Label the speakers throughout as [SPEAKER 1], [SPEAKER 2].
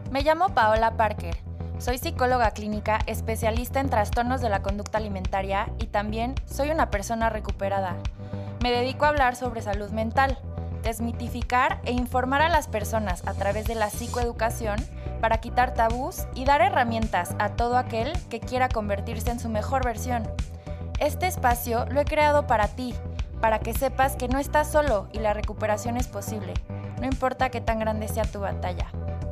[SPEAKER 1] Me llamo Paola Parker. Soy psicóloga clínica especialista en trastornos de la conducta alimentaria y también soy una persona recuperada. Me dedico a hablar sobre salud mental, desmitificar e informar a las personas a través de la psicoeducación para quitar tabús y dar herramientas a todo aquel que quiera convertirse en su mejor versión. Este espacio lo he creado para ti, para que sepas que no estás solo y la recuperación es posible, no importa qué tan grande sea tu batalla.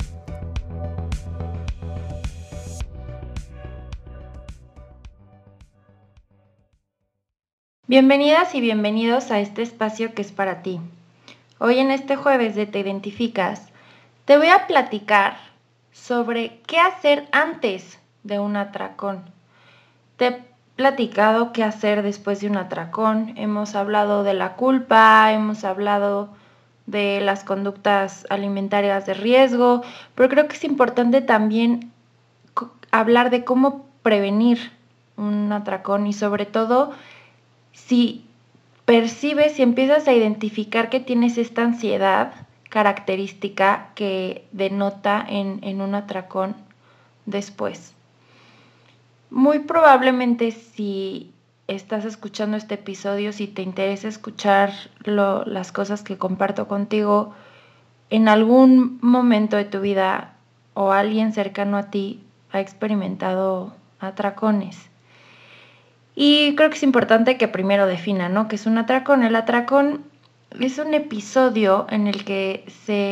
[SPEAKER 1] Bienvenidas y bienvenidos a este espacio que es para ti. Hoy en este jueves de Te Identificas, te voy a platicar sobre qué hacer antes de un atracón. Te he platicado qué hacer después de un atracón, hemos hablado de la culpa, hemos hablado de las conductas alimentarias de riesgo, pero creo que es importante también hablar de cómo prevenir un atracón y sobre todo si percibes, si empiezas a identificar que tienes esta ansiedad característica que denota en un atracón después. Muy probablemente si estás escuchando este episodio, si te interesa escuchar las cosas que comparto contigo, en algún momento de tu vida o alguien cercano a ti ha experimentado atracones. Y creo que es importante que primero defina, ¿no?, qué es un atracón. El atracón es un episodio en el que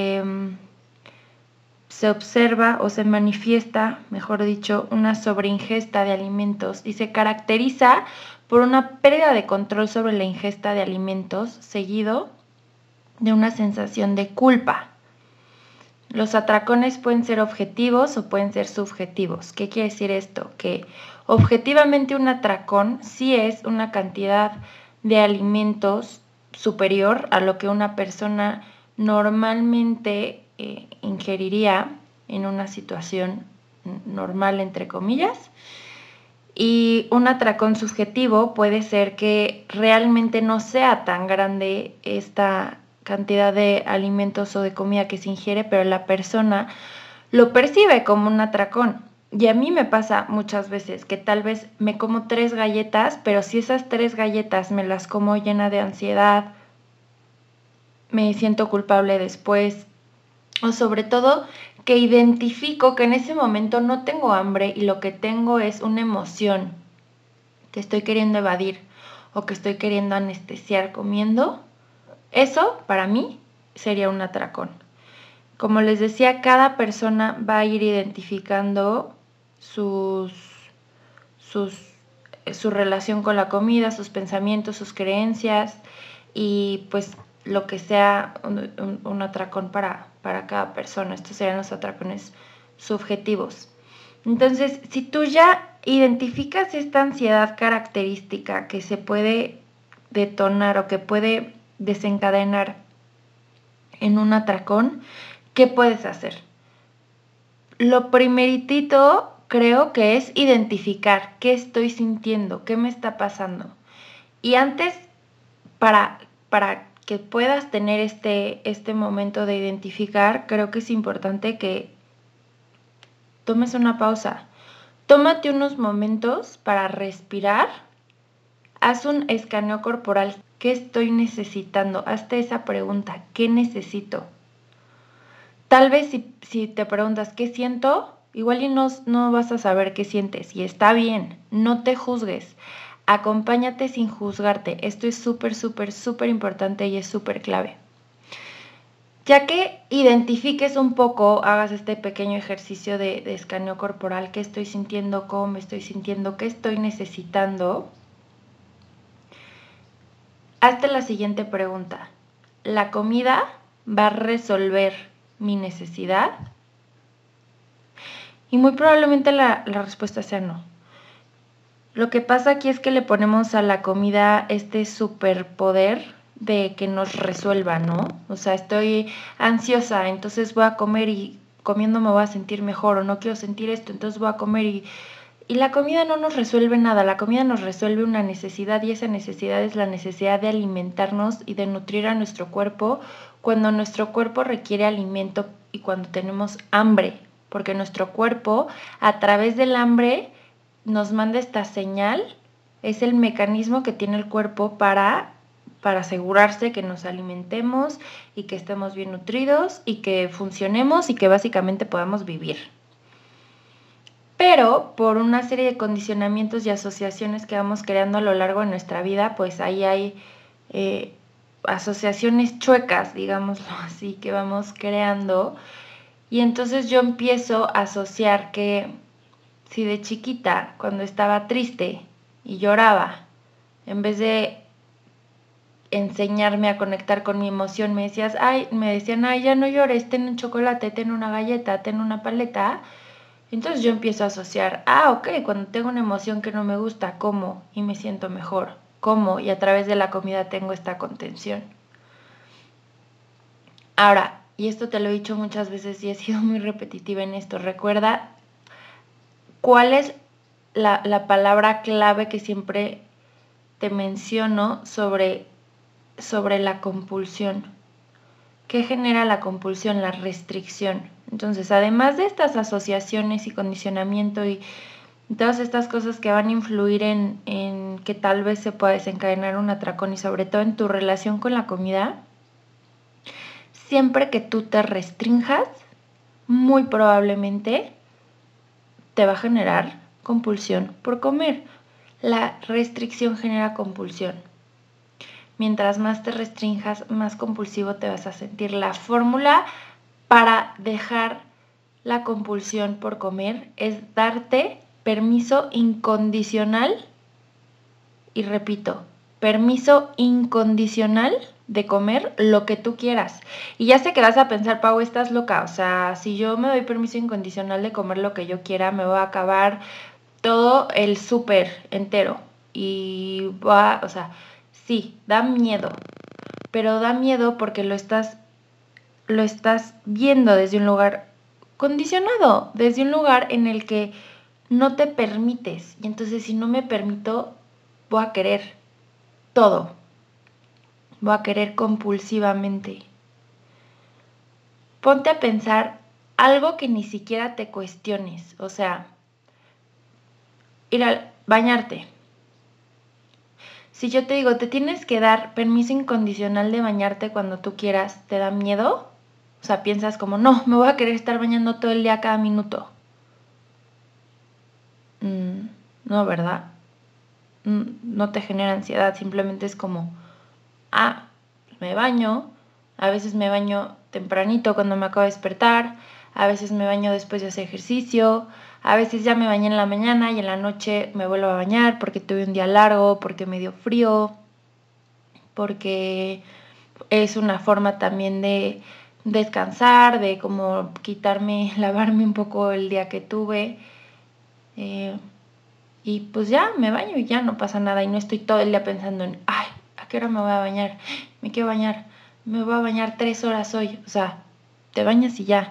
[SPEAKER 1] se observa o se manifiesta, mejor dicho, una sobreingesta de alimentos y se caracteriza por una pérdida de control sobre la ingesta de alimentos seguido de una sensación de culpa. Los atracones pueden ser objetivos o pueden ser subjetivos. ¿Qué quiere decir esto? Que objetivamente un atracón sí es una cantidad de alimentos superior a lo que una persona normalmente ingeriría en una situación normal, entre comillas. Y un atracón subjetivo puede ser que realmente no sea tan grande esta cantidad de alimentos o de comida que se ingiere, pero la persona lo percibe como un atracón. Y a mí me pasa muchas veces que tal vez me como 3 galletas, pero si esas 3 galletas me las como llena de ansiedad, me siento culpable después, o sobre todo que identifico que en ese momento no tengo hambre y lo que tengo es una emoción que estoy queriendo evadir o que estoy queriendo anestesiar comiendo, eso para mí sería un atracón. Como les decía, cada persona va a ir identificando su relación con la comida, sus pensamientos, sus creencias y pues lo que sea un atracón para cada persona. Estos serían los atracones subjetivos. Entonces, si tú ya identificas esta ansiedad característica que se puede detonar o que puede desencadenar en un atracón, ¿qué puedes hacer? Lo primeritito creo que es identificar qué estoy sintiendo, qué me está pasando. Y antes, para que puedas tener este momento de identificar, creo que es importante que tomes una pausa. Tómate unos momentos para respirar. Haz un escaneo corporal. ¿Qué estoy necesitando? Hazte esa pregunta. ¿Qué necesito? Tal vez si te preguntas ¿qué siento? Igual y no vas a saber qué sientes. Y está bien. No te juzgues. Acompáñate sin juzgarte. Esto es súper, súper, súper importante y es súper clave. Ya que identifiques un poco, hagas este pequeño ejercicio de escaneo corporal, qué estoy sintiendo, cómo me estoy sintiendo, qué estoy necesitando, hazte la siguiente pregunta. ¿La comida va a resolver mi necesidad? Y muy probablemente la respuesta sea no. Lo que pasa aquí es que le ponemos a la comida este superpoder de que nos resuelva, ¿no? O sea, estoy ansiosa, entonces voy a comer y comiendo me voy a sentir mejor, o no quiero sentir esto, entonces voy a comer y la comida no nos resuelve nada, la comida nos resuelve una necesidad y esa necesidad es la necesidad de alimentarnos y de nutrir a nuestro cuerpo cuando nuestro cuerpo requiere alimento y cuando tenemos hambre, porque nuestro cuerpo a través del hambre nos manda esta señal. Es el mecanismo que tiene el cuerpo para asegurarse que nos alimentemos y que estemos bien nutridos y que funcionemos y que básicamente podamos vivir. Pero por una serie de condicionamientos y asociaciones que vamos creando a lo largo de nuestra vida, pues ahí hay asociaciones chuecas, digámoslo así, que vamos creando. Y entonces yo empiezo a asociar que si de chiquita, cuando estaba triste y lloraba, en vez de enseñarme a conectar con mi emoción, me decían, ay, ya no llores, ten un chocolate, ten una galleta, ten una paleta. Entonces yo empiezo a asociar, ok, cuando tengo una emoción que no me gusta, como y me siento mejor, como y a través de la comida tengo esta contención. Ahora, y esto te lo he dicho muchas veces y he sido muy repetitiva en esto, recuerda cuál es la palabra clave que siempre te menciono sobre la compulsión. ¿Qué genera la compulsión? La restricción. Entonces, además de estas asociaciones y condicionamiento y todas estas cosas que van a influir en que tal vez se pueda desencadenar un atracón y sobre todo en tu relación con la comida, siempre que tú te restrinjas, muy probablemente te va a generar compulsión por comer. La restricción genera compulsión. Mientras más te restrinjas, más compulsivo te vas a sentir. La fórmula para dejar la compulsión por comer es darte permiso incondicional, y repito, permiso incondicional de comer lo que tú quieras. Y ya sé que vas a pensar, Pau, estás loca. O sea, si yo me doy permiso incondicional de comer lo que yo quiera, me voy a acabar todo el súper entero. Y o sea, sí, da miedo. Pero da miedo porque lo estás viendo desde un lugar condicionado, desde un lugar en el que no te permites. Y entonces si no me permito, voy a querer todo. Voy a querer compulsivamente. Ponte a pensar algo que ni siquiera te cuestiones. O sea, ir a bañarte. Si yo te digo, te tienes que dar permiso incondicional de bañarte cuando tú quieras, ¿te da miedo? O sea, piensas como, no, me voy a querer estar bañando todo el día cada minuto. No, ¿verdad? No te genera ansiedad, simplemente es como, me baño, a veces me baño tempranito cuando me acabo de despertar, a veces me baño después de hacer ejercicio, a veces ya me bañé en la mañana y en la noche me vuelvo a bañar porque tuve un día largo, porque me dio frío, porque es una forma también de descansar, de como quitarme, lavarme un poco el día que tuve. Y pues ya me baño y ya no pasa nada y no estoy todo el día pensando en, ¿a qué hora me voy a bañar? Me quiero bañar, me voy a bañar 3 horas hoy. O sea, te bañas y ya.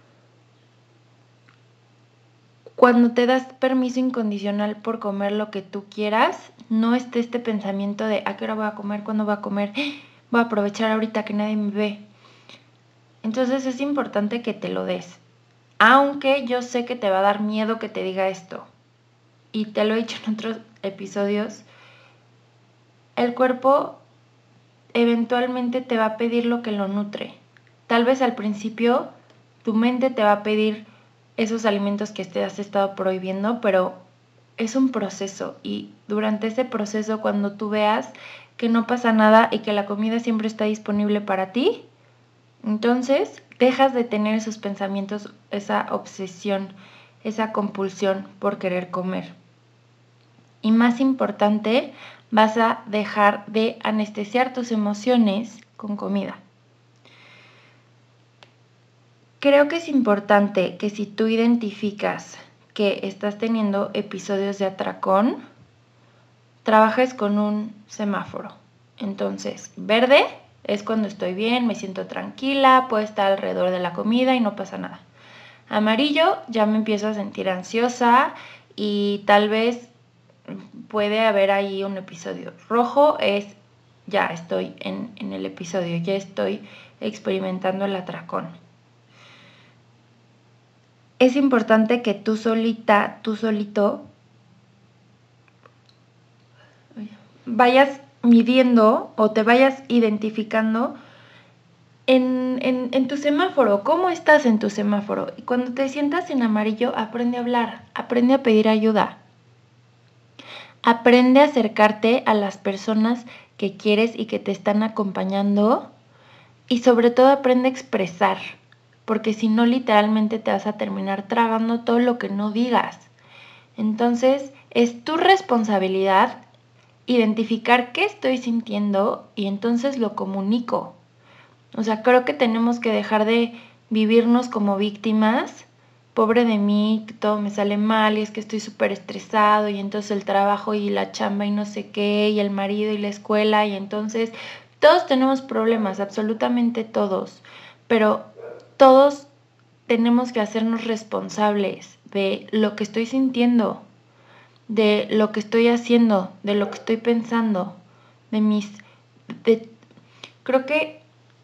[SPEAKER 1] Cuando te das permiso incondicional por comer lo que tú quieras, no esté este pensamiento de, ¿a qué hora voy a comer? ¿Cuándo voy a comer? Voy a aprovechar ahorita que nadie me ve. Entonces es importante que te lo des. Aunque yo sé que te va a dar miedo que te diga esto. Y te lo he dicho en otros episodios, el cuerpo eventualmente te va a pedir lo que lo nutre. Tal vez al principio tu mente te va a pedir esos alimentos que te has estado prohibiendo, pero es un proceso y durante ese proceso cuando tú veas que no pasa nada y que la comida siempre está disponible para ti, entonces dejas de tener esos pensamientos, esa obsesión, esa compulsión por querer comer. Y más importante, vas a dejar de anestesiar tus emociones con comida. Creo que es importante que si tú identificas que estás teniendo episodios de atracón, trabajes con un semáforo. Entonces, verde es cuando estoy bien, me siento tranquila, puedo estar alrededor de la comida y no pasa nada. Amarillo, ya me empiezo a sentir ansiosa y tal vez puede haber ahí un episodio. Rojo es, ya estoy en el episodio, ya estoy experimentando el atracón. es importante que tú solita, tú solito, vayas midiendo o te vayas identificando en tu semáforo. ¿Cómo estás en tu semáforo? Y cuando te sientas en amarillo, aprende a hablar, aprende a pedir ayuda. Aprende a acercarte a las personas que quieres y que te están acompañando. Y sobre todo aprende a expresar, porque si no literalmente te vas a terminar tragando todo lo que no digas. Entonces es tu responsabilidad identificar qué estoy sintiendo y entonces lo comunico. O sea, creo que tenemos que dejar de vivirnos como víctimas. Pobre de mí, que todo me sale mal y es que estoy súper estresado y entonces el trabajo y la chamba y no sé qué y el marido y la escuela y entonces todos tenemos problemas, absolutamente todos, pero todos tenemos que hacernos responsables de lo que estoy sintiendo, de lo que estoy haciendo, de lo que estoy pensando, de creo que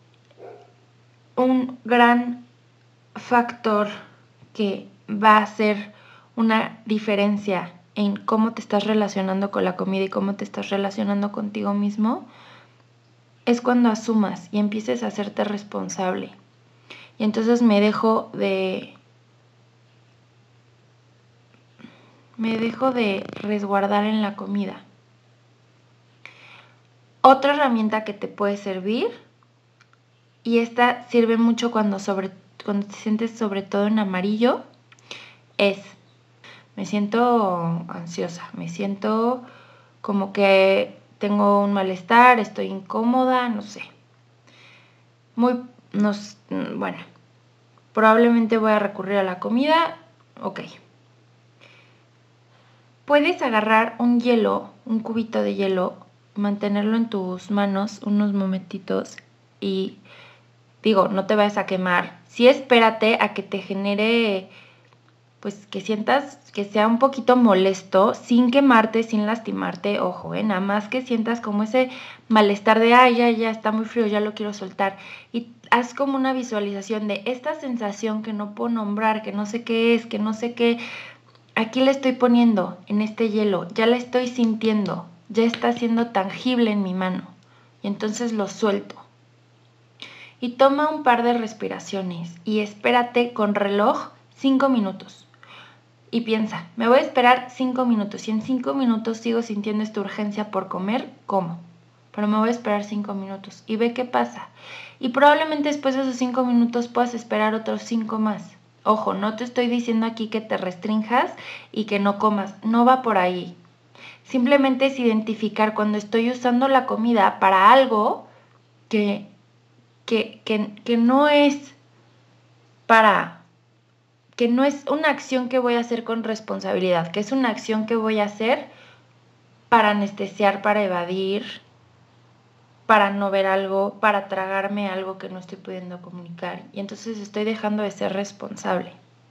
[SPEAKER 1] un gran factor que va a hacer una diferencia en cómo te estás relacionando con la comida y cómo te estás relacionando contigo mismo es cuando asumas y empieces a hacerte responsable. Y entonces me dejo de resguardar en la comida. Otra herramienta que te puede servir, y esta sirve mucho cuando te sientes sobre todo en amarillo, es: me siento ansiosa, me siento como que tengo un malestar, estoy incómoda, no sé. Bueno, probablemente voy a recurrir a la comida, ok. Puedes agarrar un hielo, un cubito de hielo, mantenerlo en tus manos unos momentitos y digo, no te vayas a quemar. Sí, espérate a que te genere, pues que sientas que sea un poquito molesto, sin quemarte, sin lastimarte, ojo, nada más que sientas como ese malestar de, ay, ya está muy frío, ya lo quiero soltar. Y haz como una visualización de esta sensación que no puedo nombrar, que no sé qué es, que no sé qué. Aquí la estoy poniendo en este hielo, ya la estoy sintiendo, ya está siendo tangible en mi mano. Y entonces lo suelto. Y toma un par de respiraciones y espérate con reloj 5 minutos. Y piensa, me voy a esperar 5 minutos. Y en 5 minutos sigo sintiendo esta urgencia por comer, como. Pero me voy a esperar 5 minutos y ve qué pasa. Y probablemente después de esos 5 minutos puedas esperar otros 5 más. Ojo, no te estoy diciendo aquí que te restrinjas y que no comas, no va por ahí. Simplemente es identificar cuando estoy usando la comida para algo que no es que no es una acción que voy a hacer con responsabilidad, que es una acción que voy a hacer para anestesiar, para evadir, para no ver algo, para tragarme algo que no estoy pudiendo comunicar. Y entonces estoy dejando de ser responsable.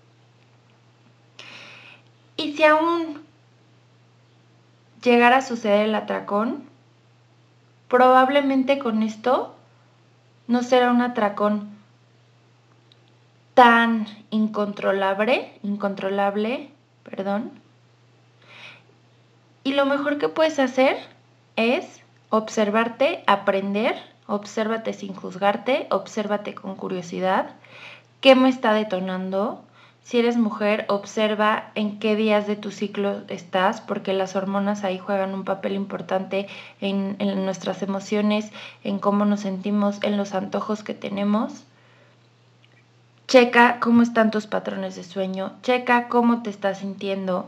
[SPEAKER 1] Y si aún llegara a suceder el atracón, probablemente con esto no será un atracón tan incontrolable, Y lo mejor que puedes hacer es observarte, aprender, obsérvate sin juzgarte, obsérvate con curiosidad, qué me está detonando. Si eres mujer, observa en qué días de tu ciclo estás, porque las hormonas ahí juegan un papel importante en nuestras emociones, en cómo nos sentimos, en los antojos que tenemos. Checa cómo están tus patrones de sueño, checa cómo te estás sintiendo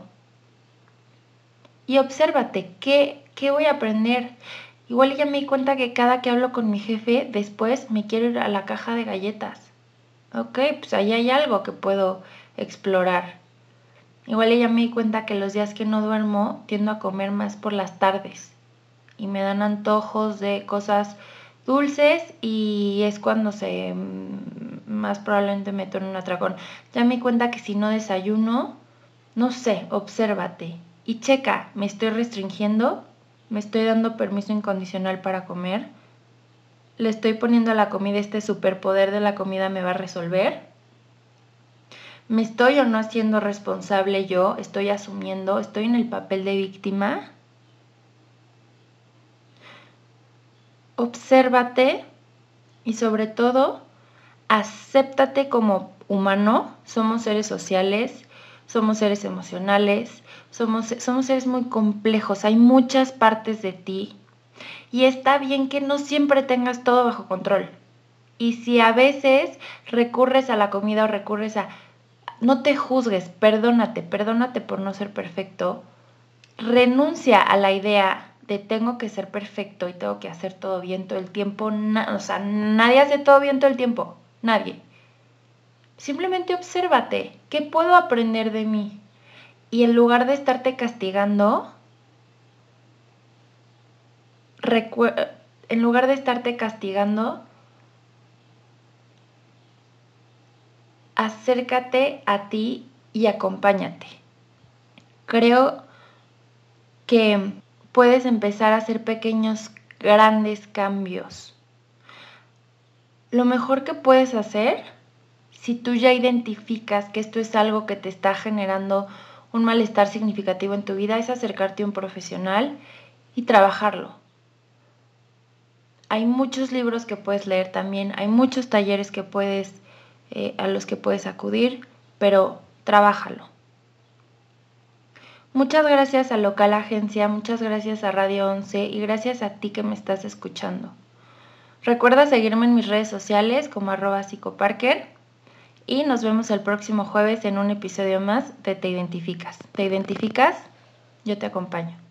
[SPEAKER 1] y obsérvate, ¿qué voy a aprender? Igual ya me di cuenta que cada que hablo con mi jefe, después me quiero ir a la caja de galletas. Ok, pues ahí hay algo que puedo explorar. Igual ya me di cuenta que los días que no duermo tiendo a comer más por las tardes y me dan antojos de cosas dulces y es cuando más probablemente me torne un atracón. Ya me di cuenta que si no desayuno, no sé, obsérvate y checa, ¿me estoy restringiendo? ¿Me estoy dando permiso incondicional para comer? ¿Le estoy poniendo a la comida este superpoder de la comida me va a resolver? ¿Me estoy o no haciendo responsable yo? ¿Estoy asumiendo? ¿Estoy en el papel de víctima? Obsérvate y sobre todo, acéptate como humano. Somos seres sociales, somos seres emocionales, somos seres muy complejos. Hay muchas partes de ti y está bien que no siempre tengas todo bajo control. Y si a veces recurres a la comida o recurres a... No te juzgues, perdónate por no ser perfecto. Renuncia a la idea de tengo que ser perfecto y tengo que hacer todo bien todo el tiempo. Nadie hace todo bien todo el tiempo. Nadie. Simplemente obsérvate. ¿Qué puedo aprender de mí? Y en lugar de estarte castigando, en lugar de estarte castigando, acércate a ti y acompáñate. Creo que puedes empezar a hacer pequeños, grandes cambios. Lo mejor que puedes hacer, si tú ya identificas que esto es algo que te está generando un malestar significativo en tu vida, es acercarte a un profesional y trabajarlo. Hay muchos libros que puedes leer también, hay muchos talleres que a los que puedes acudir, pero trabájalo. Muchas gracias a Local Agencia, muchas gracias a Radio 11 y gracias a ti que me estás escuchando. Recuerda seguirme en mis redes sociales como @psicoparker y nos vemos el próximo jueves en un episodio más de Te Identificas. ¿Te identificas? Yo te acompaño.